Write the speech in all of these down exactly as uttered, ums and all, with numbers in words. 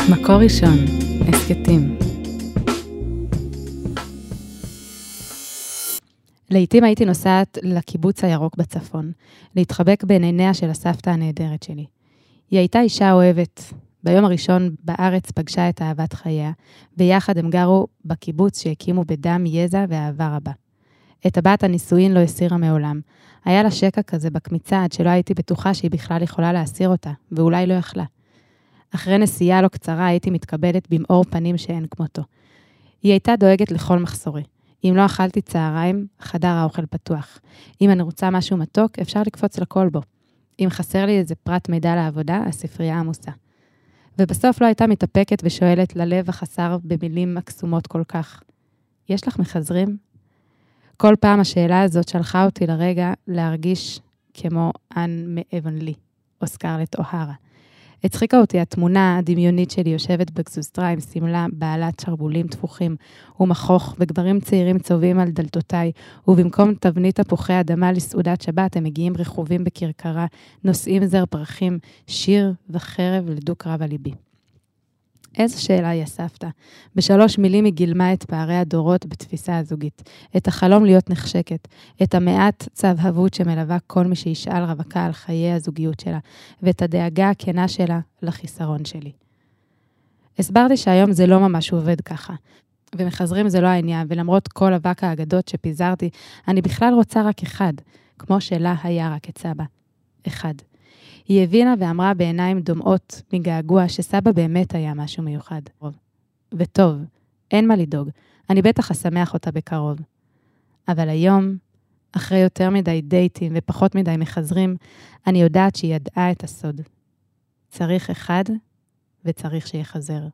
מקור ראשון, הסקטים. לעתים הייתי נוסעת לקיבוץ הירוק בצפון, להתחבק בין עיניה של הסבתא הנהדרת שלי. היא הייתה אישה אוהבת. ביום הראשון בארץ פגשה את אהבת חייה, ויחד הם גרו בקיבוץ שהקימו בדם, יזע ואהבה רבה. את הבת הנישואין לא הסירה מעולם. היה לה שקע כזה בקמיצה עד שלא הייתי בטוחה שהיא בכלל יכולה להסיר אותה, ואולי לא יכלה. אחרי נסיעה לא קצרה הייתי מתקבלת במאור פנים שאין כמותו. היא הייתה דואגת לכל מחסורי. אם לא אכלתי צהריים, חדר האוכל פתוח. אם אני רוצה משהו מתוק, אפשר לקפוץ לכל בו. אם חסר לי איזה פרט מידע לעבודה, הספרייה עמוסה. ובסוף לא הייתה מתאפקת ושואלת ללב החסר במילים מקסומות כל כך. יש לך מחזרים? כל פעם השאלה הזאת שלחה אותי לרגע להרגיש כמו אן מאבנלי, או סקרלט אוהרה. הצחיקה אותי התמונה הדמיונית שלי יושבת בגזוסטרה עם סמלה בעלת שרבולים תפוחים ומכוך וגברים צעירים צובעים על דלתותיי, ובמקום תבנית תפוחי אדמה לסעודת שבת הם מגיעים רכובים בקרקרה, נושאים זר פרחים, שיר וחרב לדוק רב הליבי. איזו שאלה היא הסבתא. בשלוש מילים היא גילמה את פערי הדורות בתפיסה הזוגית, את החלום להיות נחשקת, את המעט צהבהבות שמלווה כל מי שישאל רווקה על חיי הזוגיות שלה, ואת הדאגה הכנה שלה לחיסרון שלי. הסברתי שהיום זה לא ממש עובד ככה, ומחזרים זה לא העניין, ולמרות כל אבק האגדות שפיזרתי, אני בכלל רוצה רק אחד, כמו שלה היה רק את סבא. אחד. היא הבינה ואמרה בעיניים דומעות מגעגוע שסבא באמת היה משהו מיוחד. וטוב, אין מה לדאוג, אני בטח אשמח אותה בקרוב. אבל היום, אחרי יותר מדי דייטים ופחות מדי מחזרים, אני יודעת שהיא ידעה את הסוד. צריך אחד וצריך שיחזר.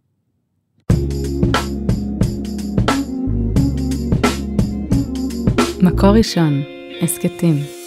מקור ראשון, הסקטים.